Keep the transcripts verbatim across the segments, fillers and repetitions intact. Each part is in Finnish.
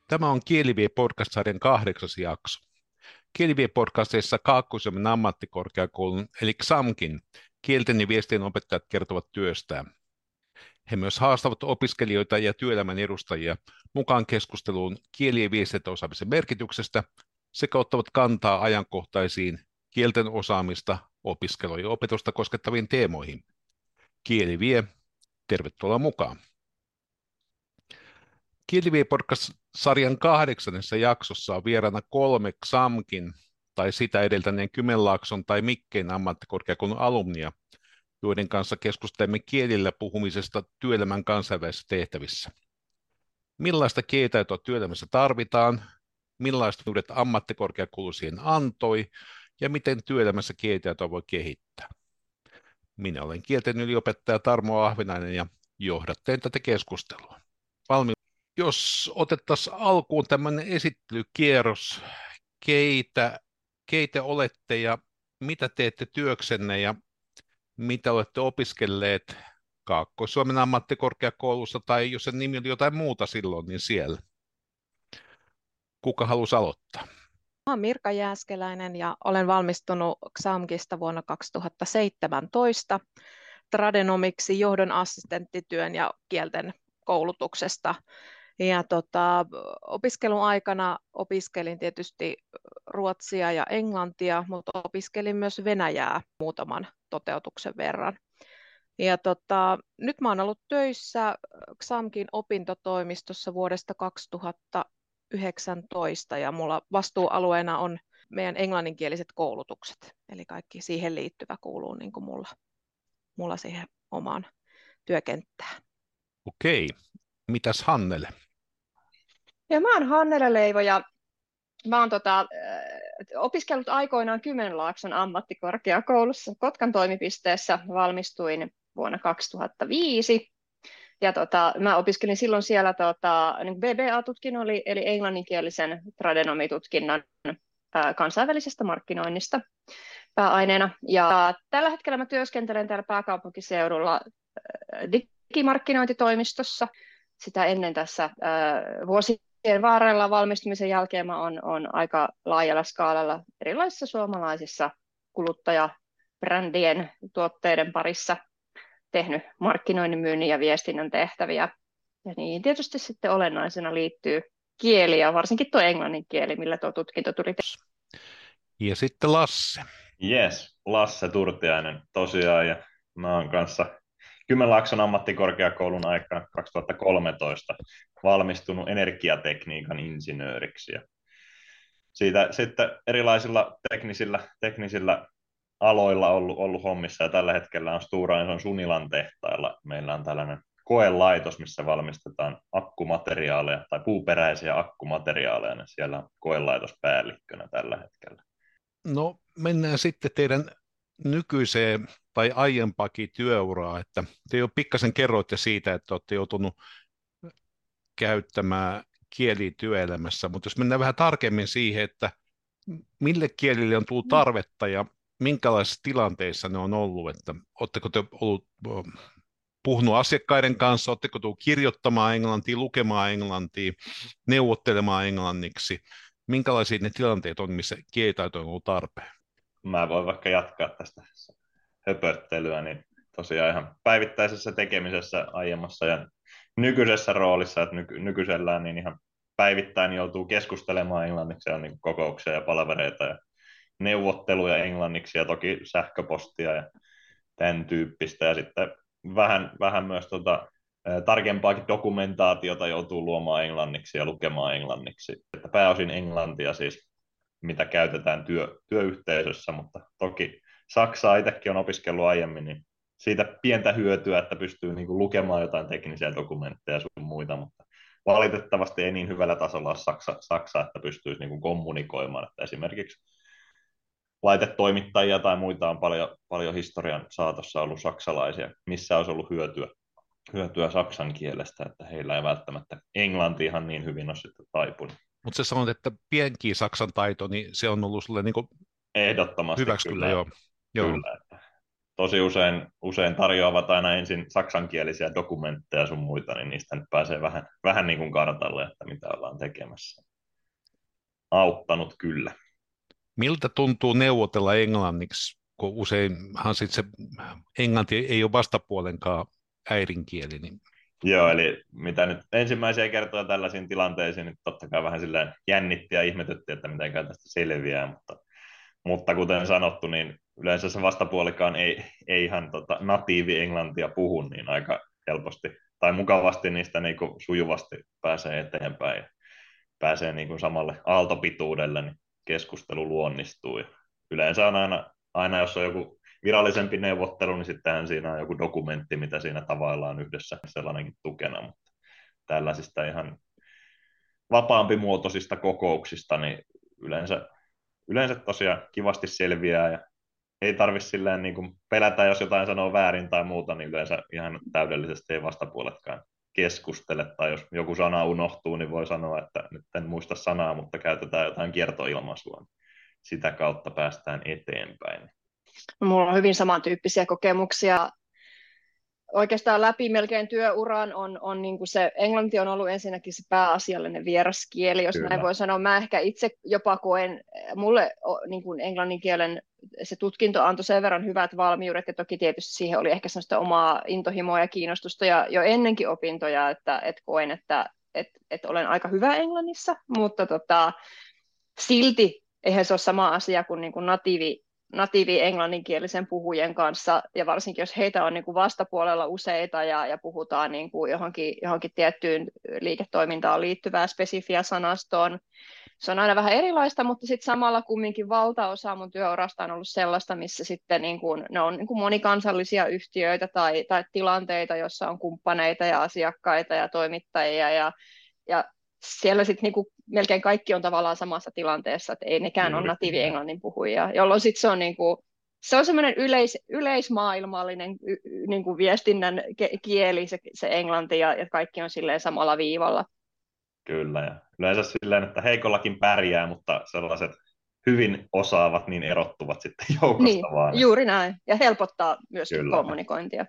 Tämä on Kielivie-podcast-sarjan kahdeksas jakso. Kielivie-podcasteissa Kaakkois-Suomen ammattikorkeakoulun eli X A M-kin kielten ja viestien opettajat kertovat työstään. He myös haastavat opiskelijoita ja työelämän edustajia mukaan keskusteluun kieli- ja viestintäosaamisen merkityksestä sekä ottavat kantaa ajankohtaisiin kielten osaamista, opiskelua ja opetusta koskettaviin teemoihin. Kielivie, tervetuloa mukaan. Kielivie-podcast-sarjan kahdeksannessa jaksossa on vieraana kolme X A M-kin tai sitä edeltäneen Kymenlaakson tai Mikkeen ammattikorkeakoulun alumnia, joiden kanssa keskustelemme kielillä puhumisesta työelämän kansainvälisissä tehtävissä. Millaista kielitaitoa työelämässä tarvitaan, millaiset uudet ammattikorkeakoulu siihen antoi ja miten työelämässä kielitaitoa voi kehittää. Minä olen kielten yliopettaja Tarmo Ahvenainen ja johdatteen tätä keskustelua. Valmi Jos otettaisiin alkuun tämmöinen esittelykierros, keitä, keitä olette ja mitä teette työksenne ja mitä olette opiskelleet Kaakkois-Suomen ammattikorkeakoulussa tai jos sen nimi oli jotain muuta silloin, niin siellä. Kuka halusi aloittaa? Olen Mirka Jääskeläinen ja olen valmistunut X A M Kista vuonna kaksituhattaseitsemäntoista tradenomiksi johdon assistenttityön ja kielten koulutuksesta. Ja tota, opiskelun aikana opiskelin tietysti ruotsia ja englantia, mutta opiskelin myös venäjää muutaman toteutuksen verran. Ja tota, nyt mä oon ollut töissä X A M Kin opintotoimistossa vuodesta kaksituhattayhdeksäntoista ja mulla vastuualueena on meidän englanninkieliset koulutukset. Eli kaikki siihen liittyvä kuuluu niin kuin mulla, mulla siihen omaan työkenttään. Okei, mitäs Hannele? Ja mä oon Hannele Leivo ja mä oon tota, äh, opiskellut aikoinaan Kymenlaakson ammattikorkeakoulussa Kotkan toimipisteessä. Valmistuin vuonna kaksituhattaviisi. Ja tota, mä opiskelin silloin siellä tota, niin B B A-tutkinnon, eli, eli englanninkielisen tradenomitutkinnon ää, kansainvälisestä markkinoinnista pääaineena. Ja tällä hetkellä mä työskentelen täällä pääkaupunkiseudulla ää, digimarkkinointitoimistossa. Sitä ennen tässä ää, vuosien varrella valmistumisen jälkeen mä on, on aika laajalla skaalalla erilaisissa suomalaisissa kuluttajabrändien tuotteiden parissa tehnyt markkinoinnin, myynnin ja viestinnän tehtäviä. Ja niin tietysti sitten olennaisena liittyy kieli ja varsinkin tuo englannin kieli, millä tuo tutkinto tuli. Ja sitten Lasse. Jes, Lasse Turtiainen tosiaan ja mä oon kanssa Kymenlaakson ammattikorkeakoulun aikana kaksituhattakolmetoista valmistunut energiatekniikan insinööriksi. Ja siitä sitten erilaisilla teknisillä, teknisillä aloilla ollut, ollut hommissa ja tällä hetkellä on Stora Enson Sunilan tehtailla. Meillä on tällainen koelaitos, missä valmistetaan akkumateriaaleja tai puuperäisiä akkumateriaaleja. Ja siellä on koelaitos päällikkönä tällä hetkellä. No mennään sitten teidän nykyiseen tai aiempaakin työuraa, että te jo pikkasen kerroitte siitä, että olette joutunut käyttämään kieliä työelämässä, mutta jos mennään vähän tarkemmin siihen, että mille kielille on tullut tarvetta ja minkälaisissa tilanteissa ne on ollut, että oletteko te ollut puhunut asiakkaiden kanssa, oletteko tullut kirjoittamaan englantia, lukemaan englantia, neuvottelemaan englanniksi, minkälaisia ne tilanteet on, missä kielitaito on ollut tarpeen? Mä voin vaikka jatkaa tästä höpöttelyä, niin tosiaan ihan päivittäisessä tekemisessä aiemmassa ja nykyisessä roolissa, että nyky- nykyisellään niin ihan päivittäin joutuu keskustelemaan englanniksi, on niin kokouksia ja palavereita ja neuvotteluja englanniksi ja toki sähköpostia ja tämän tyyppistä. Ja sitten vähän, vähän myös tota, tarkempaakin dokumentaatiota joutuu luomaan englanniksi ja lukemaan englanniksi. Että pääosin englantia siis, mitä käytetään työ, työyhteisössä, mutta toki Saksaa itsekin on opiskellut aiemmin, niin siitä pientä hyötyä, että pystyy niin kuin lukemaan jotain teknisiä dokumentteja ja sun muita, mutta valitettavasti ei niin hyvällä tasolla ole Saksa, Saksa että pystyisi niin kuin kommunikoimaan. Että esimerkiksi laitetoimittajia tai muita on paljon, paljon historian saatossa ollut saksalaisia, missä olisi ollut hyötyä, hyötyä saksan kielestä, että heillä ei välttämättä englanti ihan niin hyvin ole sitten taipunut. Mutta sä sanoit, että pienkin saksan taito, niin se on ollut sulle niin ehdottomasti hyväksi kyllä, kyllä, joo. joo. kyllä että tosi usein, usein tarjoavat aina ensin saksankielisiä dokumentteja sun muita, niin niistä nyt pääsee vähän, vähän niin kuin kartalle, että mitä ollaan tekemässä. Auttanut kyllä. Miltä tuntuu neuvotella englanniksi, kun useinhan sit se englanti ei ole vastapuolenkaan äidinkieli, niin Joo, eli mitä nyt ensimmäisiä kertoja tällaisiin tilanteisiin, niin totta kai vähän silleen jännitti ja ihmetytti, että miten tästä selviää, mutta, mutta kuten sanottu, niin yleensä se vastapuolikaan ei, ei ihan tota, natiivi englantia puhu, niin aika helposti tai mukavasti niistä niin kuin sujuvasti pääsee eteenpäin ja pääsee niin kuin samalle aaltopituudelle, niin keskustelu luonnistuu. Ja yleensä on aina, aina, jos on joku virallisempi neuvottelu, niin sittenhän siinä on joku dokumentti, mitä siinä tavaillaan yhdessä sellainenkin tukena, mutta tällaisista ihan vapaampi muotoisista kokouksista, niin yleensä, yleensä tosiaan kivasti selviää ja ei tarvitse silleen niin kuin pelätä, jos jotain sanoo väärin tai muuta, niin yleensä ihan täydellisesti ei vastapuoletkaan keskustele, tai jos joku sana unohtuu, niin voi sanoa, että nyt en muista sanaa, mutta käytetään jotain kiertoilmaisua. Sitä kautta päästään eteenpäin. Mulla on hyvin samantyyppisiä kokemuksia. Oikeastaan läpi melkein työuran on, on niin kuin se englanti on ollut ensinnäkin se pääasiallinen vieraskieli, jos Kyllä. näin voi sanoa. Mä ehkä itse jopa koen, mulle niin kuin englannin kielen se tutkinto antoi sen verran hyvät valmiudet, ja toki tietysti siihen oli ehkä sellaista omaa intohimoa ja kiinnostusta ja jo ennenkin opintoja, että, että koen, että, että, että olen aika hyvä englannissa, mutta tota, silti eihän se ole sama asia kuin, niin kuin natiivi natiivi englanninkielisen puhujien kanssa, ja varsinkin jos heitä on niin kuin vastapuolella useita ja, ja puhutaan niin kuin johonkin, johonkin tiettyyn liiketoimintaan liittyvää spesifiä sanastoon. Se on aina vähän erilaista, mutta sitten samalla kumminkin valtaosa mun työurasta on ollut sellaista, missä sitten niin kuin, ne on niin kuin monikansallisia yhtiöitä tai, tai tilanteita, joissa on kumppaneita ja asiakkaita ja toimittajia ja, ja siellä sitten niinku melkein kaikki on tavallaan samassa tilanteessa, että ei nekään ole natiivi englannin puhujia, jolloin sitten se on niinku, se on semmoinen yleis, yleismaailmallinen y, niinku viestinnän ke- kieli, se, se englanti, ja, ja kaikki on silleen samalla viivalla. Kyllä, ja yleensä silleen, että heikollakin pärjää, mutta sellaiset hyvin osaavat, niin erottuvat sitten joukosta Niin, vaan. juuri näin, ja helpottaa myöskin Kyllä. kommunikointia.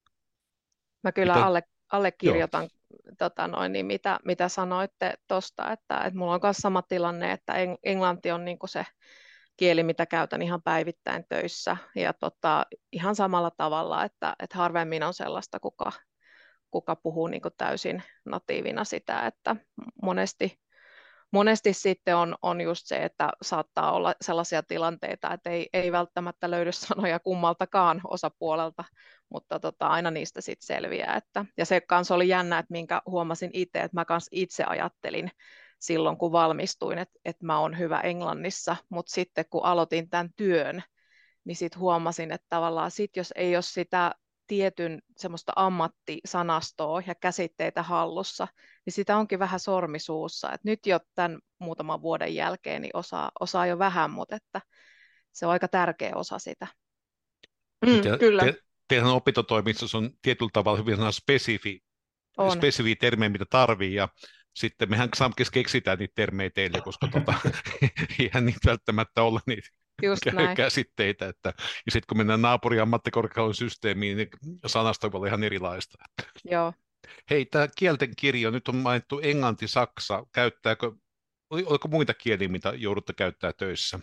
Mä kyllä Mitä? alle, allekirjoitan tota noin, niin mitä, mitä sanoitte tuosta, että, että mulla on myös sama tilanne, että eng- englanti on niin kuin se kieli, mitä käytän ihan päivittäin töissä, ja tota, ihan samalla tavalla, että, että harvemmin on sellaista, kuka, kuka puhuu niin kuin täysin natiivina sitä, että monesti, monesti sitten on, on just se, että saattaa olla sellaisia tilanteita, että ei, ei välttämättä löydy sanoja kummaltakaan osapuolelta, mutta tota, aina niistä sitten selviää. Että, ja se kanssa oli jännä, että minkä huomasin itse, että mä kanssa itse ajattelin silloin, kun valmistuin, että, että mä oon hyvä englannissa, mutta sitten kun aloitin tämän työn, niin sitten huomasin, että tavallaan sit, jos ei ole sitä tietyn semmoista ammattisanastoa ja käsitteitä hallussa, niin sitä onkin vähän sormisuussa. Et nyt jo tämän muutaman vuoden jälkeen niin osaa, osaa jo vähän, mutta että se on aika tärkeä osa sitä. Mm, te, kyllä. te, teidän opintotoimistossa on tietyllä tavalla hyvin spesifi, On. spesifi termejä, mitä tarvii, ja sitten mehän Xamkissa keksitään niitä termejä teille, koska tota, eihän niitä välttämättä olla niitä Just näin. käsitteitä. Että, ja sitten kun mennään naapurin ammattikorkeakoulun systeemiin, niin sanasto voi olla ihan erilaista. Joo. Hei, tämä kielten kirjo, nyt on mainittu englanti, saksa, käyttääkö, oliko muita kieliä, mitä joudutte käyttää töissä?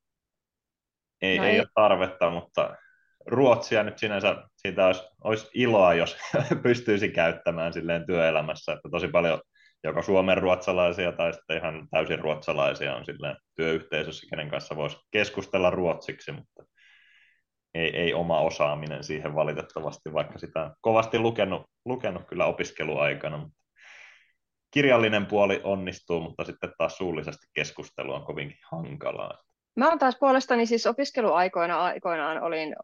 Ei, No ei ei. ole tarvetta, mutta ruotsia nyt sinänsä, siitä olisi, olisi iloa, jos pystyisi käyttämään silleen työelämässä, että tosi paljon joko suomen ruotsalaisia tai sitten ihan täysin ruotsalaisia on silleen työyhteisössä, kenen kanssa voisi keskustella ruotsiksi, mutta ei, ei oma osaaminen siihen valitettavasti, vaikka sitä on kovasti lukenut, lukenut kyllä opiskeluaikana, mutta kirjallinen puoli onnistuu, mutta sitten taas suullisesti keskustelu on kovinkin hankalaa. Mä oon taas puolestani siis opiskeluaikoina aikoinaan olin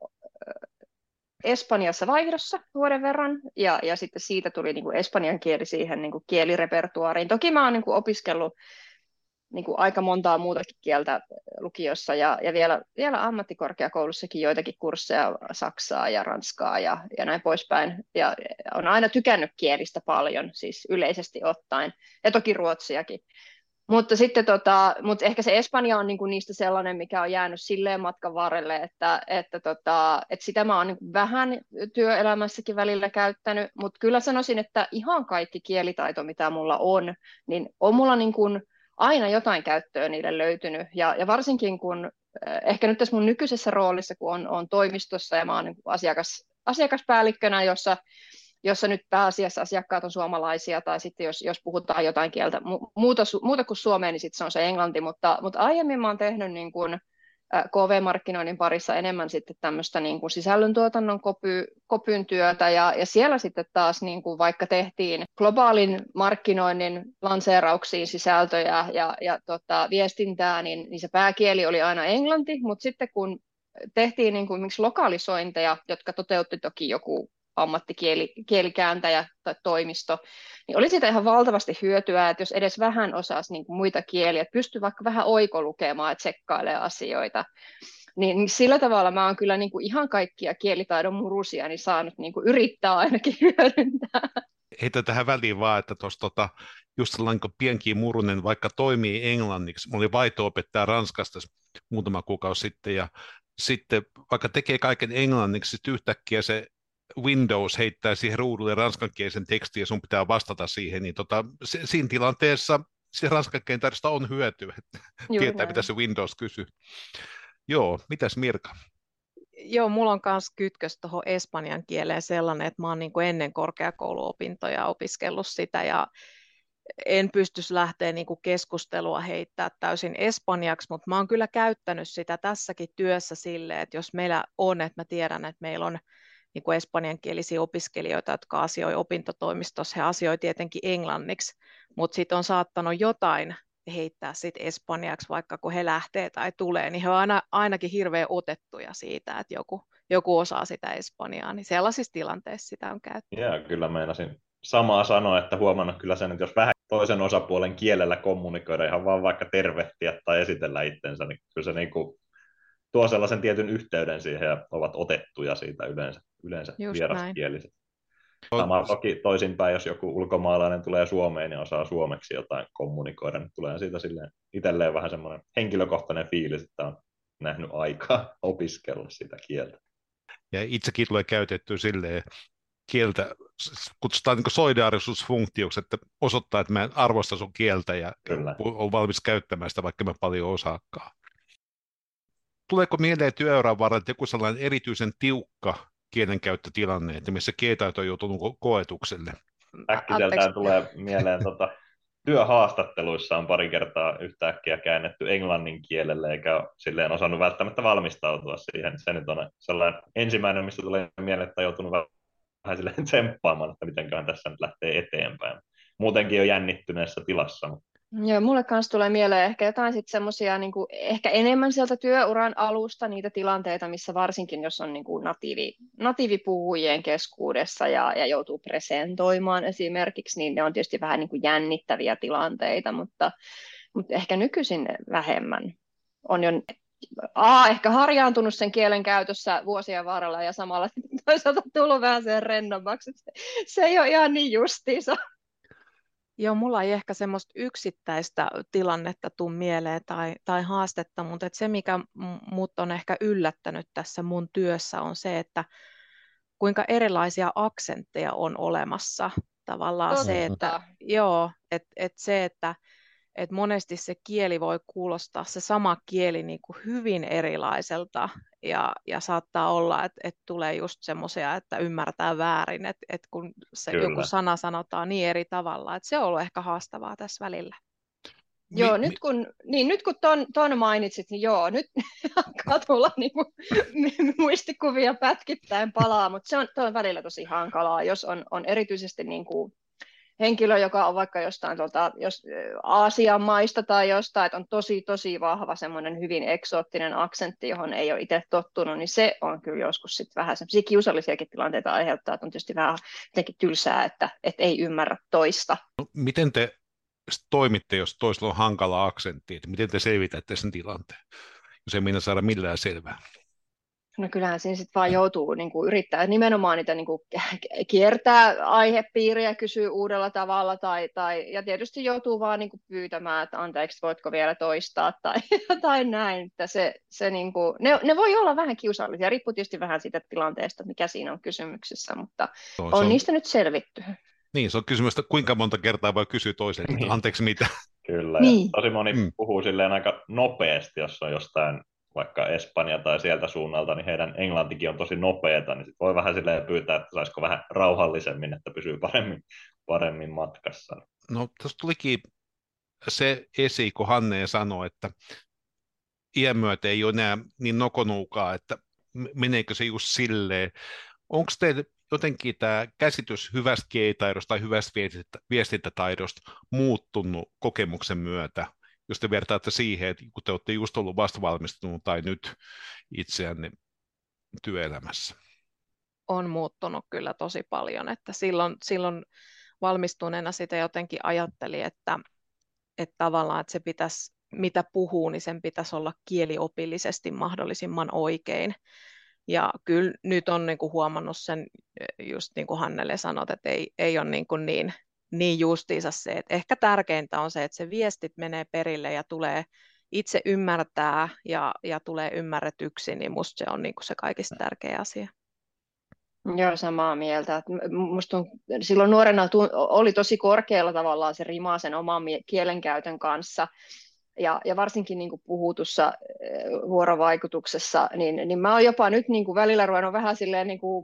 Espanjassa vaihdossa vuoden verran, ja, ja sitten siitä tuli niin kuin espanjan kieli siihen niin kuin kielirepertuaariin. Toki mä oon niin kuin opiskellut niin kuin aika montaa muutakin kieltä lukiossa, ja, ja vielä, vielä ammattikorkeakoulussakin joitakin kursseja, saksaa ja ranskaa ja, ja näin poispäin. Ja on aina tykännyt kielistä paljon, siis yleisesti ottaen, ja toki ruotsiakin. Mutta sitten tota, mutta ehkä se Espanja on niinku niistä sellainen, mikä on jäänyt silleen matkan varrelle, että, että, tota, että sitä mä oon niinku vähän työelämässäkin välillä käyttänyt, mutta kyllä sanoisin, että ihan kaikki kielitaito, mitä mulla on, niin on mulla niinku aina jotain käyttöä niille löytynyt. Ja, ja varsinkin kun ehkä nyt tässä mun nykyisessä roolissa, kun on, on toimistossa ja mä oon niinku asiakas, asiakaspäällikkönä, jossa jossa nyt pääasiassa asiakkaat on suomalaisia, tai sitten jos, jos puhutaan jotain kieltä muuta, muuta kuin suomea, niin sitten se on se englanti, mutta, mutta aiemmin mä oon tehnyt niin kuin K V-markkinoinnin parissa enemmän sitten tämmöistä niin kuin sisällöntuotannon kopy, kopyn työtä, ja, ja siellä sitten taas niin kuin vaikka tehtiin globaalin markkinoinnin lanseerauksiin sisältöjä ja, ja tota, viestintää, niin, niin se pääkieli oli aina englanti, mutta sitten kun tehtiin niin kuin lokalisointeja, jotka toteutti toki joku ammattikielikääntäjä tai toimisto, niin oli siitä ihan valtavasti hyötyä, että jos edes vähän osasi niin kuin muita kieliä, että pystyy vaikka vähän oikolukemaan ja tsekkailemaan asioita, niin, niin sillä tavalla mä oon kyllä niin kuin ihan kaikkia kielitaidon murusia niin saanut niin kuin yrittää ainakin hyödyntää. Heitä tähän väliin vaan, että tuossa tota, just sellainen kuin pienkin murunen, vaikka toimii englanniksi, mulla oli vaihto-opettaja Ranskasta muutama kuukausi sitten, ja sitten vaikka tekee kaiken englanniksi, sitten yhtäkkiä se Windows heittää siihen ruudulle ranskankielisen tekstin ja sun pitää vastata siihen, niin tota, se, siinä tilanteessa se ranskankielinen taidosta on hyötyä, että tietää näin, mitä se Windows kysyy. Joo, mitäs Mirka? Joo, mulla on myös kytkös tuohon espanjan kieleen sellainen, että mä oon niin kuin ennen korkeakouluopintoja opiskellut sitä ja en pystyisi lähteä niin kuin keskustelua heittää täysin espanjaksi, mutta mä oon kyllä käyttänyt sitä tässäkin työssä silleen, että jos meillä on, että mä tiedän, että meillä on niin kuin espanjankielisiä opiskelijoita, jotka asioi opintotoimistossa, he asioi tietenkin englanniksi, mutta sitten on saattanut jotain heittää sit espanjaksi, vaikka kun he lähtee tai tulee, niin he on aina, ainakin hirveän otettuja siitä, että joku, joku osaa sitä espanjaa, niin sellaisissa tilanteissa sitä on käytetty. Joo, kyllä meinasin samaa sanoa, että huomannut kyllä sen, että jos vähän toisen osapuolen kielellä kommunikoida, ihan vaan vaikka tervehtiä tai esitellä itsensä, niin kyllä se niin kuin tuo sellaisen tietyn yhteyden siihen ja ovat otettuja siitä yleensä, yleensä vieraskieliset. Sama toki toisinpäin, jos joku ulkomaalainen tulee Suomeen ja osaa suomeksi jotain kommunikoida, niin tulee siitä silleen itselleen vähän semmoinen henkilökohtainen fiilis, että on nähnyt aikaa opiskella sitä kieltä. Ja itsekin tulee käytettyä silleen kieltä, kutsutaan niin solidaarisuusfunktioksi, että osoittaa, että mä arvostan sun kieltä ja Kyllä. on valmis käyttämään sitä, vaikka mä paljon osaakaan. Tuleeko mieleen työuran varrella joku sellainen erityisen tiukka kielenkäyttötilanne, että missä kielitaito on joutunut ko- koetukselle? Äkkiseltään tulee mieleen, tota, työhaastatteluissa on pari kertaa yhtäkkiä käännetty englannin kielelle, eikä ole silleen osannut välttämättä valmistautua siihen. Se nyt on sellainen ensimmäinen, mistä tulee mieleen, että on joutunut vähän silleen tsemppaamaan, että mitenköhän tässä nyt lähtee eteenpäin. Muutenkin on jännittyneessä tilassa. Joo, mulle kanssa tulee mieleen ehkä jotain sitten semmoisia niin kuin, ehkä enemmän sieltä työuran alusta niitä tilanteita, missä varsinkin jos on niin kuin natiivi, natiivipuhujien keskuudessa ja, ja joutuu presentoimaan esimerkiksi, niin ne on tietysti vähän niin kuin jännittäviä tilanteita, mutta, mutta ehkä nykyisin vähemmän. On jo A, ehkä harjaantunut sen kielen käytössä vuosien varrella ja samalla toisaalta tullut vähän sen rennommaksi. Se ei ole ihan niin justiinsa. Joo, mulla ei ehkä semmoista yksittäistä tilannetta tule mieleen tai, tai haastetta, mutta et se, mikä mut on ehkä yllättänyt tässä mun työssä, on se, että kuinka erilaisia aksentteja on olemassa. Tavallaan Totta. se, että, joo, et, et se, että et monesti se kieli voi kuulostaa, se sama kieli niin kuin hyvin erilaiselta ja, ja saattaa olla, että et tulee just semmoisia, että ymmärtää väärin, että et kun se joku sana sanotaan niin eri tavalla, että se on ollut ehkä haastavaa tässä välillä. Mi- joo, mi- nyt kun, niin, nyt kun ton, ton mainitsit, niin joo, nyt alkaa tulla niin kuin, muistikuvia pätkittäin palaa, mutta se on, on välillä tosi hankalaa, jos on, on erityisesti niin kuin henkilö, joka on vaikka jostain tuolta, jos, Aasian maista tai jostain, että on tosi, tosi vahva semmoinen hyvin eksoottinen aksentti, johon ei ole itse tottunut, niin se on kyllä joskus sitten vähän semmoisia kiusallisiakin tilanteita aiheuttaa, että on tietysti vähän jotenkin tylsää, että, että ei ymmärrä toista. No, miten te toimitte, jos toisella on hankala aksentti, että miten te selvitätte sen tilanteen, jos ei minä saada millään selvää? No kyllähän siinä sitten vaan joutuu niin kuin yrittää nimenomaan niitä niin kuin kiertää aihepiiriä, kysyä uudella tavalla tai, tai, ja tietysti joutuu vaan niin kuin pyytämään, että anteeksi, voitko vielä toistaa tai jotain näin. Että se, se niin kuin, ne, ne voi olla vähän kiusallisia, riippuu tietysti vähän siitä tilanteesta, mikä siinä on kysymyksessä, mutta No, se on on, niistä nyt selvitty. niin, se on kysymys, että kuinka monta kertaa voi kysyä toiselta, että Niin. anteeksi mitä. Kyllä, ja Niin. tosi moni Mm. puhuu silleen aika nopeasti, jos on jostain vaikka Espanja tai sieltä suunnalta, niin heidän englantikin on tosi nopeata, niin sit voi vähän silleen pyytää, että saisiko vähän rauhallisemmin, että pysyy paremmin, paremmin matkassa. No, tuossa tulikin se esiin, kun Hanne sanoi, että iän myötä ei ole enää niin nokonuukaa, että meneekö se just silleen. Onko teillä jotenkin tämä käsitys hyvästä kielitaidosta tai hyvästä viestintätaidosta muuttunut kokemuksen myötä, jos te vertaatte siihen, että kun te olette just ollut vastavalmistunut tai nyt itseänne työelämässä? On muuttunut kyllä tosi paljon, että silloin, silloin valmistuneena sitä jotenkin ajatteli, että, että tavallaan että se pitäisi, mitä puhuu, niin sen pitäisi olla kieliopillisesti mahdollisimman oikein. Ja kyllä nyt on niin kuin huomannut sen, just niin kuin Hannele sanoi, että ei, ei ole niin, kuin niin, niin justiinsa se, että ehkä tärkeintä on se, että se viestit menee perille ja tulee itse ymmärtää ja, ja tulee ymmärretyksi, niin musta se on niin kuin se kaikista tärkeä asia. Joo, samaa mieltä. Musta on, silloin nuorena oli tosi korkealla tavallaan se rima sen oman kielenkäytön kanssa. Ja, ja varsinkin niin kuin puhutussa vuorovaikutuksessa, niin, niin mä oon jopa nyt niin kuin välillä ruvennut vähän silleen, niin kuin,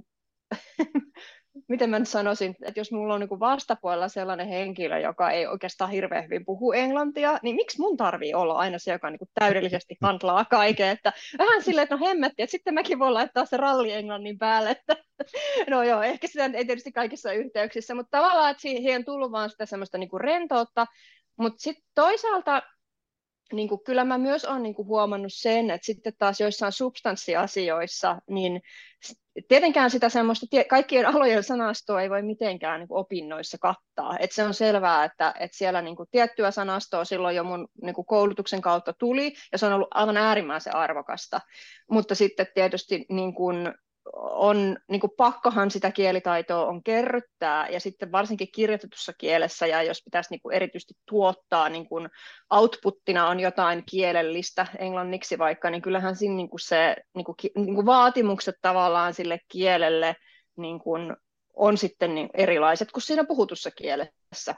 miten mä nyt sanoisin, että jos mulla on niin kuin vastapuolella sellainen henkilö, joka ei oikeastaan hirveän hyvin puhu englantia, niin miksi mun tarvii olla aina se, joka niin kuin täydellisesti handlaa kaiken, että vähän silleen, että no hemmetti, että sitten mäkin voin laittaa se ralli-englannin päälle, että no joo, ehkä sitä ei tietysti kaikissa yhteyksissä, mutta tavallaan, että siihen on tullut vaan sitä semmoista niin kuin rentoutta, mutta sitten toisaalta niin kuin, kyllä mä myös olen niin kuin, huomannut sen, että sitten taas joissain substanssiasioissa, niin tietenkään sitä semmoista kaikkien alojen sanastoa ei voi mitenkään niin kuin, opinnoissa kattaa. Et se on selvää, että, että siellä niin kuin, tiettyä sanastoa silloin jo mun niin kuin, koulutuksen kautta tuli, ja se on ollut aivan äärimmäisen arvokasta. Mutta sitten tietysti niin kuin, on niin kuin pakkohan sitä kielitaitoa on kerryttää, ja sitten varsinkin kirjoitetussa kielessä, ja jos pitäisi niin kuin erityisesti tuottaa, niin kuin outputtina on jotain kielellistä englanniksi vaikka, niin kyllähän siinä niin kuin se niin kuin, niin kuin vaatimukset tavallaan sille kielelle niin kuin on sitten niin erilaiset kuin siinä puhutussa kielessä.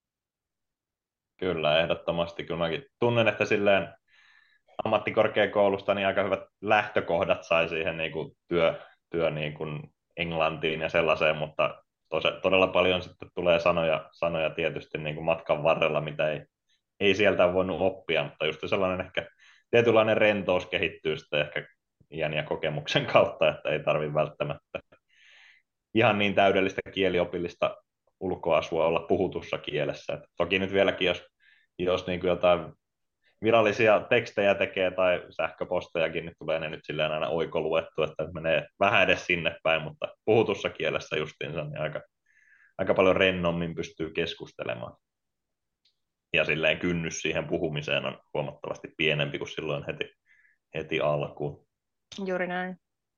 Kyllä, ehdottomasti. Kyllä mäkin tunnen, että silleen ammattikorkeakoulusta niin aika hyvät lähtökohdat sai siihen niin kuin työ, työ niin kuin englantiin ja sellaiseen, mutta tos, todella paljon sitten tulee sanoja, sanoja tietysti niin kuin matkan varrella, mitä ei, ei sieltä ole voinut oppia, mutta just sellainen ehkä tietynlainen rentous kehittyy sitten ehkä iän ja kokemuksen kautta, että ei tarvitse välttämättä ihan niin täydellistä kieliopillista ulkoasua olla puhutussa kielessä. Et toki nyt vieläkin, jos, jos niin kuin jotain virallisia tekstejä tekee tai sähköpostejakin, niin tulee ne nyt silleen aina oikoluettu, että menee vähän edes sinne päin, mutta puhutussa kielessä justiinsa niin aika, aika paljon rennommin pystyy keskustelemaan. Ja silleen kynnys siihen puhumiseen on huomattavasti pienempi kuin silloin heti, heti alkuun. Juuri näin.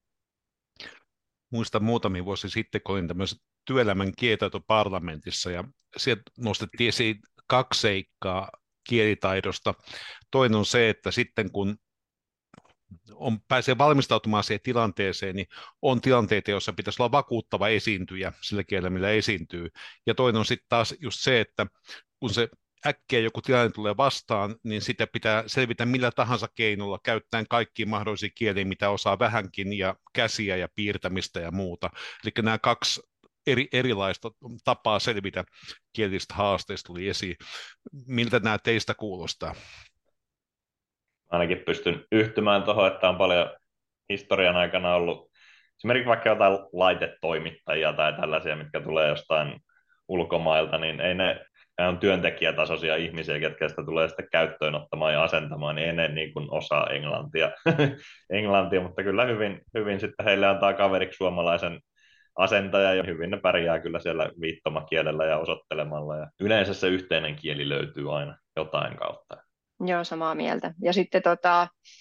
Muistan muutamia vuosia sitten, kun olin tämmöisessä työelämän kielitaitoparlamentissa, ja sieltä nostettiin esiin kaksi seikkaa kielitaidosta. Toinen on se, että sitten kun on, pääsee valmistautumaan siihen tilanteeseen, niin on tilanteita, joissa pitäisi olla vakuuttava esiintyjä sillä kielellä, millä esiintyy. Ja toinen on sitten taas just se, että kun se äkkiä joku tilanne tulee vastaan, niin sitä pitää selvitä millä tahansa keinolla, käyttäen kaikkia mahdollisia kieliä, mitä osaa vähänkin, ja käsiä ja piirtämistä ja muuta. Eli nämä kaksi eri, erilaista tapaa selvitä kielistä haasteista tuli esiin. Miltä nämä teistä kuulostaa? Ainakin pystyn yhtymään tuohon, että on paljon historian aikana ollut esimerkiksi vaikka jotain laitetoimittajia tai tällaisia, mitkä tulee jostain ulkomailta, niin ei ne, ne on työntekijätasoisia ihmisiä, ketkä sitä tulee sitten käyttöön ottamaan ja asentamaan, niin ei ne niin kuin osaa englantia, englantia, mutta kyllä hyvin, hyvin sitten heille antaa kaveriksi suomalaisen asentaja, ja hyvin ne pärjää kyllä siellä viittomakielellä ja osoittelemalla, ja yleensä se yhteinen kieli löytyy aina jotain kautta. Joo, samaa mieltä. Ja sitten tota,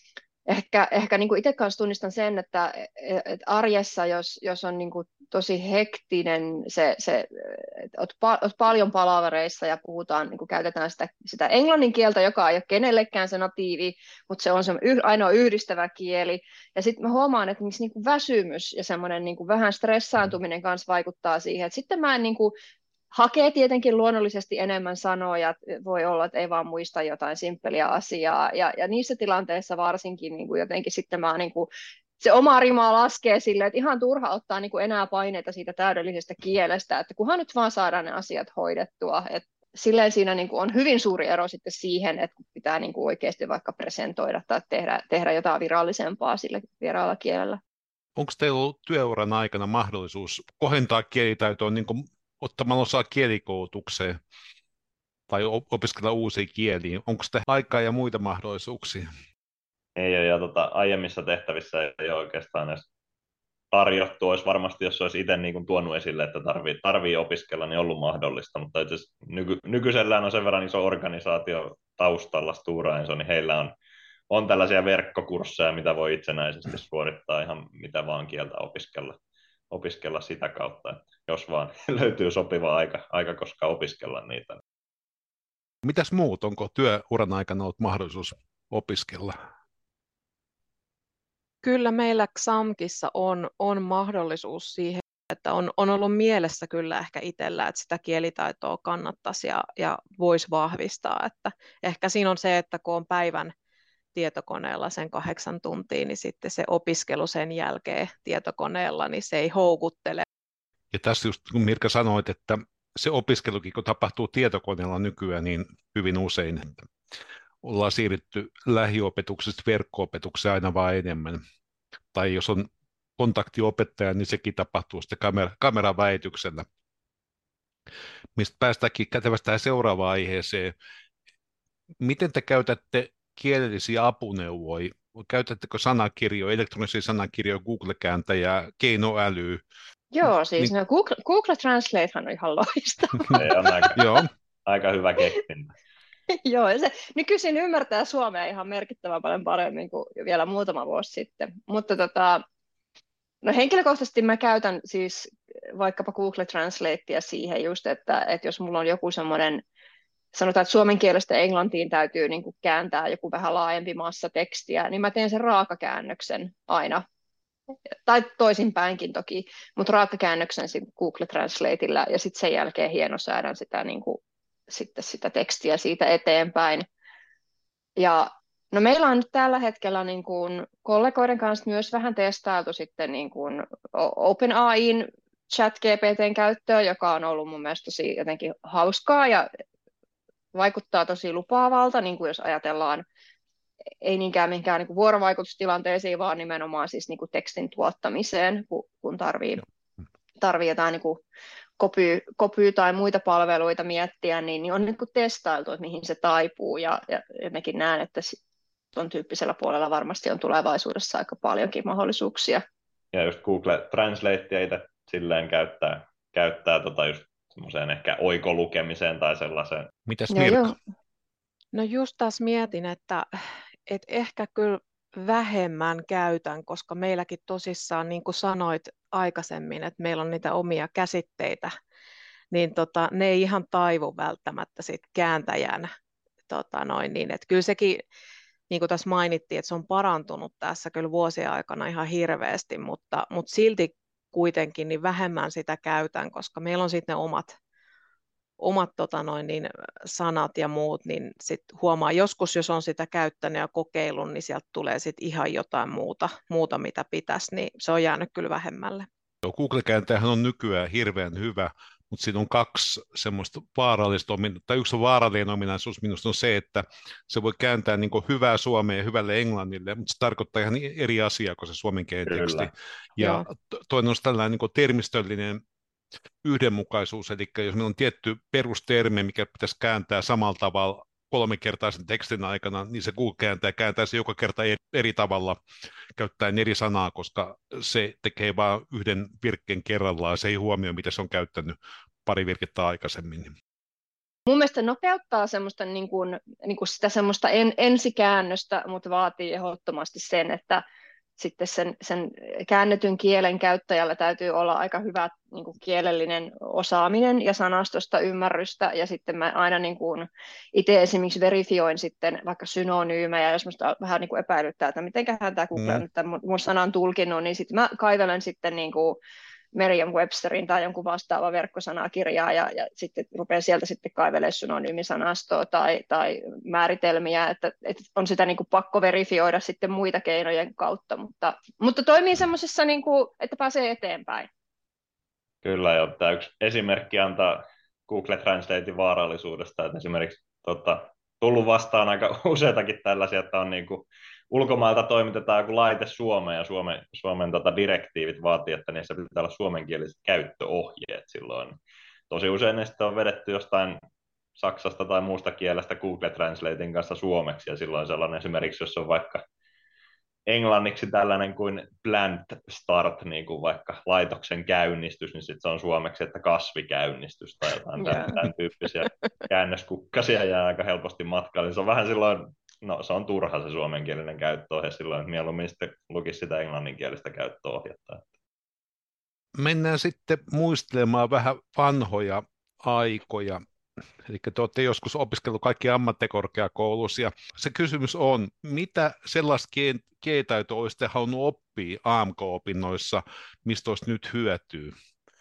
Ehkä, ehkä niin kuin itse kanssa tunnistan sen, että et arjessa, jos, jos on niin kuin tosi hektinen, se, se, että oot, pa, oot paljon palavereissa ja puhutaan, niin kuin käytetään sitä, sitä englannin kieltä, joka ei ole kenellekään se natiivi, mutta se on se yh, ainoa yhdistävä kieli. Ja sitten mä huomaan, että niin kuin väsymys ja semmoinen niin kuin vähän stressaantuminen kanssa vaikuttaa siihen. Et sitten mä en niin kuin, hakee tietenkin luonnollisesti enemmän sanoja, voi olla, että ei vaan muista jotain simppeliä asiaa, ja, ja niissä tilanteissa varsinkin niin kuin jotenkin sitten mä niin kuin, se oma rima laskee sille, että ihan turha ottaa niin kuin enää paineita siitä täydellisestä kielestä, että kunhan nyt vaan saadaan ne asiat hoidettua, että silleen siinä niin kuin on hyvin suuri ero sitten siihen, että kun pitää niin kuin oikeasti vaikka presentoida tai tehdä, tehdä jotain virallisempaa sillä vieraalla kielellä. Onko teillä ollut työuran aikana mahdollisuus kohentaa kielitaitoa niin kuin ottamalla osaa kielikoulutukseen tai opiskella uusia kieliä? Onko sitä aikaa ja muita mahdollisuuksia? Ei ole, ja tota, aiemmissa tehtävissä ei ole oikeastaan edes tarjottu. Olisi varmasti, jos olisi itse niin kuin tuonut esille, että tarvii, tarvii opiskella, niin ollut mahdollista, mutta itse nyky, nykyisellään on sen verran iso organisaatio taustalla Stora Enso, niin heillä on, on tällaisia verkkokursseja, mitä voi itsenäisesti suorittaa ihan mitä vaan kieltä opiskella, opiskella sitä kautta, että jos vaan löytyy sopiva aika, aika koska opiskella niitä. Mitäs muut? Onko työuran aikana ollut mahdollisuus opiskella? Kyllä meillä XAMKissa on, on mahdollisuus siihen, että on, on ollut mielessä kyllä ehkä itsellä, että sitä kielitaitoa kannattaisi ja, ja voisi vahvistaa. Että ehkä siinä on se, että kun on päivän tietokoneella sen kahdeksan tuntia, niin sitten se opiskelu sen jälkeen tietokoneella, niin se ei houkuttele. Ja tässä just kun Mirka sanoit, että se opiskelukin, kun tapahtuu tietokoneella nykyään niin hyvin usein, että ollaan siirrytty lähiopetuksesta verkko-opetukseen aina vaan enemmän. Tai jos on kontaktiopettaja, niin sekin tapahtuu sitten kamera, kameran väityksellä. Mistä päästäänkin kätevästi tähän seuraavaan aiheeseen. Miten te käytätte kielellisiä apuneuvoja? Käytättekö sanakirjoja, elektronisia sanakirjoja, Google-kääntäjää, keinoälyä? Joo, siis niin, no Google, Google Translatehan on ihan loistava. Se on aika, joo. aika hyvä keksintä. Joo, ja se nykyisin ymmärtää suomea ihan merkittävän paljon paremmin kuin vielä muutama vuosi sitten. Mutta tota, no henkilökohtaisesti mä käytän siis vaikkapa Google Translatea siihen just, että, että jos mulla on joku semmoinen, sanotaan, että suomen kielestä englantiin täytyy niin kuin kääntää joku vähän laajempi massa tekstiä, niin mä teen sen raakakäännöksen aina. Tai toisinpäinkin toki, mutta raakakäännöksen Google Translateilla ja sitten sen jälkeen hienosäädän sitä, niin kuin, sitten sitä tekstiä siitä eteenpäin. Ja no meillä on nyt tällä hetkellä niin kuin kollegoiden kanssa myös vähän testailtu sitten niin kuin OpenAIin ChatGPTn käyttöä, joka on ollut mun mielestä tosi jotenkin hauskaa ja vaikuttaa tosi lupaavalta, niin kuin jos ajatellaan ei niinkään mihinkään niin kuin vuorovaikutustilanteisiin, vaan nimenomaan siis niin kuin tekstin tuottamiseen, kun, kun tarvii, tarvii jotain niin kuin kopy, kopy tai muita palveluita miettiä, niin, niin on niin kuin testailtu, että mihin se taipuu, ja, ja jotenkin näen, että tuon tyyppisellä puolella varmasti on tulevaisuudessa aika paljonkin mahdollisuuksia. Ja just Google Translatea itse silleen käyttää, käyttää tota just semmoiseen ehkä oikolukemiseen tai sellaiseen. Mitäs Mirka? No just taas mietin, että, että ehkä kyllä vähemmän käytän, koska meilläkin tosissaan, niin kuin sanoit aikaisemmin, että meillä on niitä omia käsitteitä, niin tota, ne ei ihan taivu välttämättä sit kääntäjän. Tota noin, niin, että kyllä sekin, niin kuin tässä mainittiin, että se on parantunut tässä kyllä vuosien aikana ihan hirveästi, mutta, mutta silti kuitenkin niin vähemmän sitä käytän, koska meillä on sitten ne omat omat tota noin, niin, sanat ja muut, niin sit huomaa joskus, jos on sitä käyttänyt ja kokeillut, niin sieltä tulee sit ihan jotain muuta, muuta mitä pitäisi, niin se on jäänyt kyllä vähemmälle. Google-kääntäjähän on nykyään hirveän hyvä, mutta siinä on kaksi semmoista vaarallista ominaisuutta, tai yksi vaarallinen ominaisuus minusta on se, että se voi kääntää niin kuin hyvää suomea ja hyvälle englannille, mutta se tarkoittaa ihan eri asiaa kuin se suomenkielinen teksti. Ja Joo. toinen on tällainen niin kuin termistöllinen yhdenmukaisuus, eli jos meillä on tietty perustermi, mikä pitäisi kääntää samalla tavalla kolme kertaa sen tekstin aikana, niin se Google kääntää, kääntää se joka kerta eri, eri tavalla käyttäen eri sanaa, koska se tekee vain yhden virkkeen kerrallaan, se ei huomioi, mitä se on käyttänyt pari virkettä aikaisemmin. Mun mielestä se nopeuttaa semmoista, niin kuin, niin kuin sitä semmoista en, ensikäännöstä, mutta vaatii ehdottomasti sen, että sitten sen, sen käännetyn kielen käyttäjällä täytyy olla aika hyvä niin kuin kielellinen osaaminen ja sanastosta ymmärrystä, ja sitten mä aina niin kuin itse esimerkiksi verifioin sitten vaikka synonyymejä, jos musta vähän niin kuin epäilyttää, että mitenköhän tämä Google on Mm. nyt tämän mun sanan tulkinnut, niin sitten mä kaivelen sitten niin kuin Merriam-Websterin tai jonkun vastaava verkkosanakirjaa ja, ja sitten rupean sieltä sitten kaivelemaan synonyymisanastoa tai, tai määritelmiä, että, että on sitä niin kuin pakko verifioida sitten muita keinojen kautta, mutta, mutta toimii semmoisessa, niin kuin, että pääsee eteenpäin. Kyllä, ja tämä yksi esimerkki antaa Google Translatein vaarallisuudesta, että esimerkiksi tota, tullut vastaan aika useitakin tällaisia, että on niin kuin, ulkomailta toimitetaan joku laite Suomeen, ja Suomen, Suomen tota, direktiivit vaatii, että niissä pitää olla suomenkieliset käyttöohjeet silloin. Tosi usein ne sitten on vedetty jostain saksasta tai muusta kielestä Google Translatein kanssa suomeksi, ja silloin sellainen esimerkiksi, jos on vaikka englanniksi tällainen kuin plant start, niin kuin vaikka laitoksen käynnistys, niin sitten se on suomeksi, että kasvikäynnistys tai jotain Joo. tämän, tämän tyyppisiä käännöskukkasia jää aika helposti matkalle. Se on vähän silloin, no se on turha se suomenkielinen käyttöohje silloin, että mieluummin sitten lukisi sitä englanninkielistä käyttöohjetta. Mennään sitten muistelemaan vähän vanhoja aikoja. Eli te olette joskus opiskellut kaikki ammattikorkeakoulussa, ja se kysymys on, mitä sellaista kielitaitoa olisitte halunnut oppia A M K-opinnoissa, mistä olisi nyt hyötyä?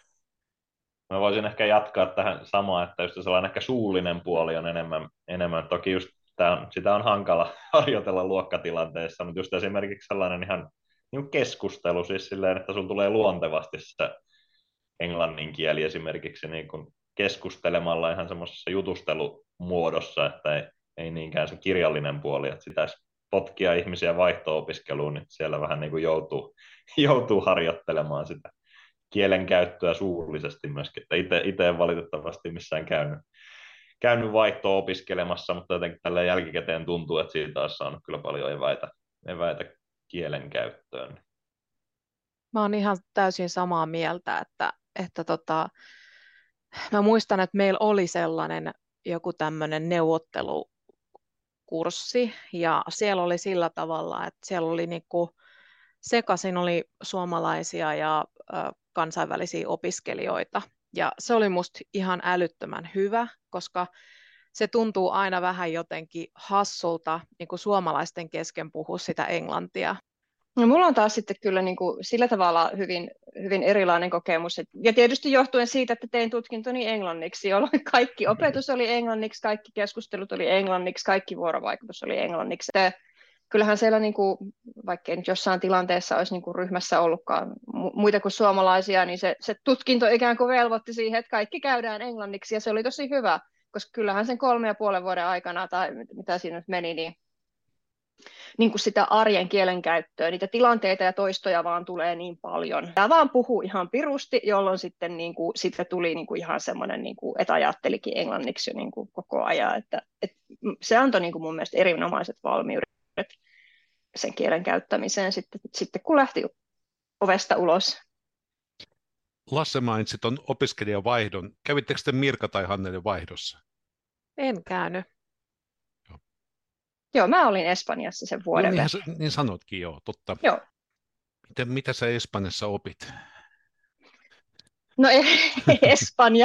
Mä voisin ehkä jatkaa tähän samaan, että just sellainen ehkä suullinen puoli on enemmän, enemmän. Toki just tää on, sitä on hankala harjoitella luokkatilanteessa, mutta just esimerkiksi sellainen ihan niin keskustelu, siis silleen, että sun tulee luontevasti se englannin kieli esimerkiksi niin kuin keskustelemalla ihan semmoisessa jutustelumuodossa, että ei, ei niinkään se kirjallinen puoli, että sitä potkia ihmisiä vaihto-opiskeluun, niin siellä vähän niin kuin joutuu, joutuu harjoittelemaan sitä kielen käyttöä suullisesti myöskin, että itse, itse en valitettavasti missään käynyt, käynyt vaihto-opiskelemassa, mutta jotenkin tällä jälkikäteen tuntuu, että siitä olisi saanut kyllä paljon eväitä, eväitä kielen käyttöön. Mä oon ihan täysin samaa mieltä, että, että tota, mä muistan, että meillä oli sellainen joku tämmöinen neuvottelukurssi, ja siellä oli sillä tavalla, että siellä oli niinku, sekaisin oli suomalaisia ja ö, kansainvälisiä opiskelijoita, ja se oli musta ihan älyttömän hyvä, koska se tuntuu aina vähän jotenkin hassulta niin kuin suomalaisten kesken puhua sitä englantia. No, mulla on taas sitten kyllä niin kuin sillä tavalla hyvin, hyvin erilainen kokemus. Et, ja tietysti johtuen siitä, että tein tutkintoni englanniksi, jolloin kaikki opetus oli englanniksi, kaikki keskustelut oli englanniksi, kaikki vuorovaikutus oli englanniksi. Ja kyllähän siellä, niin kuin, vaikka nyt jossain tilanteessa olisi niin kuin ryhmässä ollutkaan muita kuin suomalaisia, niin se, se tutkinto ikään kuin velvoitti siihen, että kaikki käydään englanniksi, ja se oli tosi hyvä, koska kyllähän sen kolme ja puolen vuoden aikana, tai mitä siinä nyt meni, niin niin kuin sitä arjen kielenkäyttöä, niitä tilanteita ja toistoja vaan tulee niin paljon. Tämä vaan puhuu ihan pirusti, jolloin sitten niin kuin, siitä tuli niin kuin ihan semmoinen, niin kuin, että ajattelikin englanniksi jo niin kuin koko ajan. Että, että se antoi niin kuin mun mielestä erinomaiset valmiudet sen kielen käyttämiseen sitten, sitten kun lähti ovesta ulos. Lasse mainitsi tuon opiskelijavaihdon. Kävittekö te Mirka tai Hannele vaihdossa? En käynyt. Joo, mä olin Espanjassa sen vuoden. No, niinhän, niin sanotkin, joo, totta. Joo. Miten, mitä sä Espanjassa opit? No Espanja.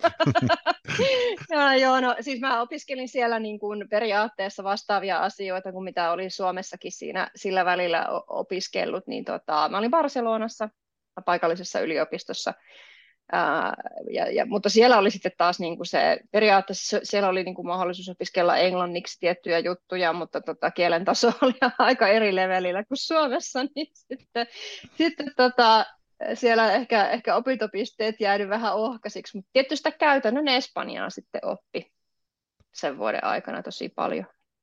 ja, joo, no, siis mä opiskelin siellä niin kuin periaatteessa vastaavia asioita kuin mitä olin Suomessakin siinä, sillä välillä opiskellut. Niin tota, mä olin Barcelonassa paikallisessa yliopistossa. Ää, ja, ja, mutta siellä oli sitten taas niin kuin se, periaatteessa siellä oli niin kuin mahdollisuus opiskella englanniksi tiettyjä juttuja, mutta tota, kielen taso oli aika eri levelillä kuin Suomessa, niin sitten, sitten tota, siellä ehkä, ehkä opintopisteet jäänyt vähän ohkaisiksi, mutta tietysti sitä käytännön espanjaa sitten oppi sen vuoden aikana tosi paljon.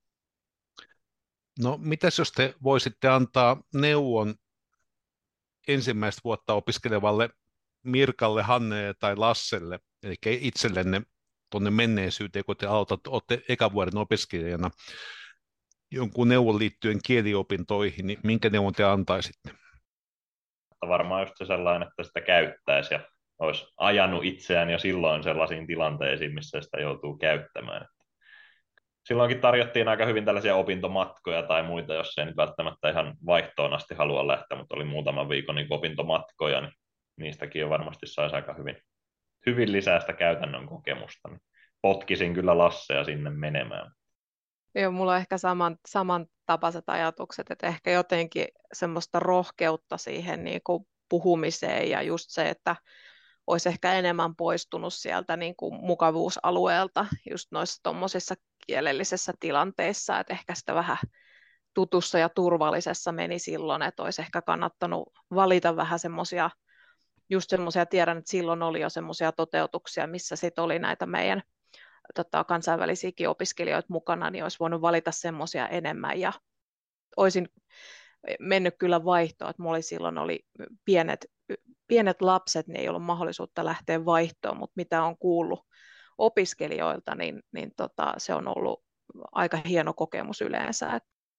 No, mitäs jos te voisitte antaa neuvon ensimmäistä vuotta opiskelevalle Mirkalle, Hannelle tai Lasselle, eli itsellenne tuonne menneisyyteen, kun te aloitatte, olette ekan vuoden opiskelijana jonkun neuvon liittyen kieliopintoihin, niin minkä neuvon te antaisitte? Varmaan just se sellainen, että sitä käyttäisi ja olisi ajanut itseään jo silloin sellaisiin tilanteisiin, missä sitä joutuu käyttämään. Silloinkin tarjottiin aika hyvin tällaisia opintomatkoja tai muita, jos ei nyt välttämättä ihan vaihtoon asti halua lähteä, mutta oli muutaman viikon niin opintomatkoja, niin niistäkin jo varmasti saisi aika hyvin, hyvin lisää sitä käytännön kokemusta. Niin potkisin kyllä Lasseja sinne menemään. Joo, mulla on ehkä saman, samantapaiset ajatukset, että ehkä jotenkin semmoista rohkeutta siihen niin kuin puhumiseen ja just se, että olisi ehkä enemmän poistunut sieltä niin kuin mukavuusalueelta just noissa tuommoisissa kielellisessä tilanteissa, että ehkä sitä vähän tutussa ja turvallisessa meni silloin, että olisi ehkä kannattanut valita vähän semmoisia, just semmoisia, tiedän, että silloin oli jo semmoisia toteutuksia, missä sitten oli näitä meidän tota, kansainvälisiäkin opiskelijoita mukana, niin olisi voinut valita semmoisia enemmän ja olisin mennyt kyllä vaihtoon, että mulla oli silloin oli pienet, pienet lapset, niin ei ollut mahdollisuutta lähteä vaihtoon, mutta mitä on kuullut opiskelijoilta, niin, niin tota, se on ollut aika hieno kokemus yleensä.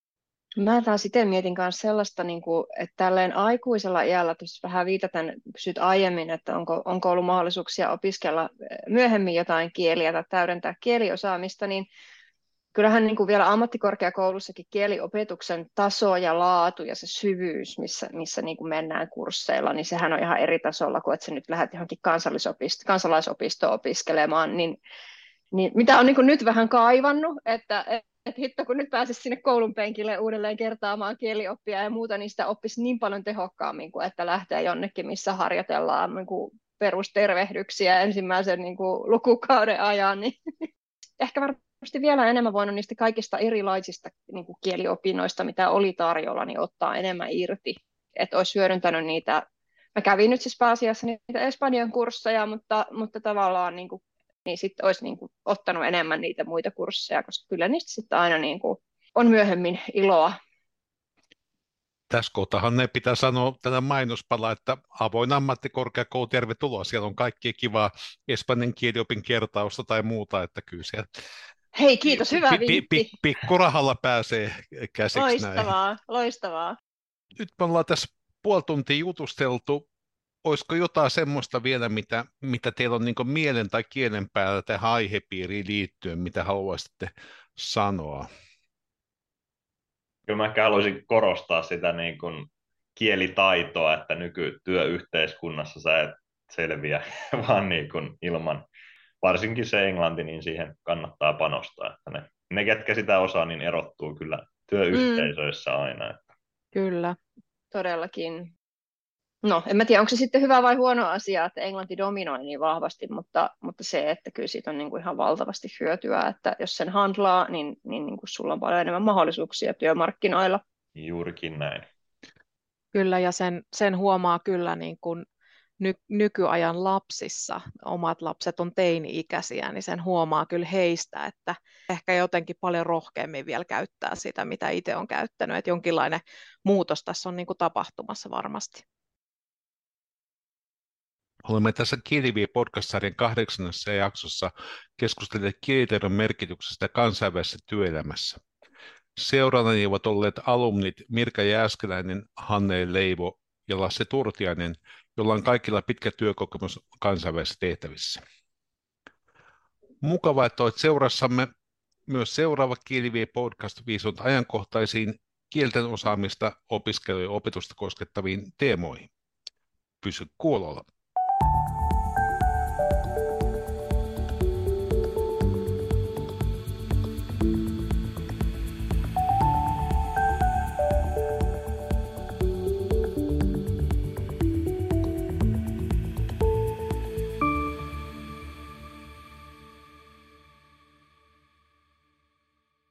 Mä taas sitten mietin myös sellaista, niin kuin, että tälleen aikuisella iällä, tuossa vähän viitaten, kysyt aiemmin, että onko, onko ollut mahdollisuuksia opiskella myöhemmin jotain kieliä tai täydentää kieliosaamista, niin kyllähän niin kuin vielä ammattikorkeakoulussakin kieliopetuksen taso ja laatu ja se syvyys, missä, missä niin kuin mennään kursseilla, niin sehän on ihan eri tasolla kuin että sä nyt lähdet johonkin kansalaisopistoon opiskelemaan, niin, niin mitä on niin kuin nyt vähän kaivannut, että että hitto, kun nyt pääsisi sinne koulun penkille uudelleen kertaamaan kielioppia ja muuta, niin sitä oppisi niin paljon tehokkaammin kuin että lähtee jonnekin, missä harjoitellaan niin kuin perustervehdyksiä ensimmäisen niin kuin lukukauden ajan. Niin ehkä varmasti vielä enemmän voinut niistä kaikista erilaisista niin kuin kieliopinnoista, mitä oli tarjolla, niin ottaa enemmän irti. Että olisi hyödyntänyt niitä. Mä kävin nyt siis pääasiassa niitä Espanjan kursseja, mutta, mutta tavallaan niin kuin niin sitten olisi niin kuin ottanut enemmän niitä muita kursseja, koska kyllä niistä sitten aina niin kuin on myöhemmin iloa. Tässä kohtahan ne pitää sanoa tätä mainospalaa, että avoin ammattikorkeakoulu, tervetuloa. Siellä on kaikki kivaa espanjan kieliopin kertausta tai muuta, että kyllä siellä Hei, kiitos, hyvä pi- pi- vinkki. pi- pikkurahalla pääsee käsiksi Loistavaa, näihin. loistavaa. Nyt me ollaan tässä puoli tuntia jutusteltu. Olisiko jotain semmoista vielä, mitä, mitä teillä on niin kuin mielen tai kielen päällä tähän aihepiiriin liittyen, mitä haluaisitte sanoa? Kyllä mä ehkä haluaisin korostaa sitä niin kuin kielitaitoa, että nykytyöyhteiskunnassa sä et selviä vaan niin kuin ilman, varsinkin se englanti, niin siihen kannattaa panostaa. Että ne, ne, ketkä sitä osaa, niin erottuu kyllä työyhteisöissä mm. aina. Että. Kyllä. Todellakin. No, en mä tiedä, onko se sitten hyvä vai huono asia, että englanti dominoi niin vahvasti, mutta, mutta se, että kyllä siitä on niin kuin ihan valtavasti hyötyä, että jos sen handlaa, niin, niin, niin kuin sulla on paljon enemmän mahdollisuuksia työmarkkinoilla. Juurikin näin. Kyllä, ja sen, sen huomaa kyllä niin kuin ny, nykyajan lapsissa, omat lapset on teini-ikäisiä, niin sen huomaa kyllä heistä, että ehkä jotenkin paljon rohkeammin vielä käyttää sitä, mitä itse on käyttänyt, että jonkinlainen muutos tässä on niin kuin tapahtumassa varmasti. Olemme tässä Kielivie-podcast-sarjan kahdeksannessa jaksossa keskustelleet kielitaidon merkityksestä kansainvälisessä työelämässä. Seurannani ovat olleet alumnit Mirka Jääskeläinen, Hanne Leivo ja Lasse Turtiainen, jolla on kaikilla pitkä työkokemus kansainvälisissä tehtävissä. Mukavaa, että olet seurassamme. Myös seuraava Kielivie-podcast viisot ajankohtaisiin kielten osaamista, opiskelua ja opetusta koskettaviin teemoihin. Pysy kuulolla.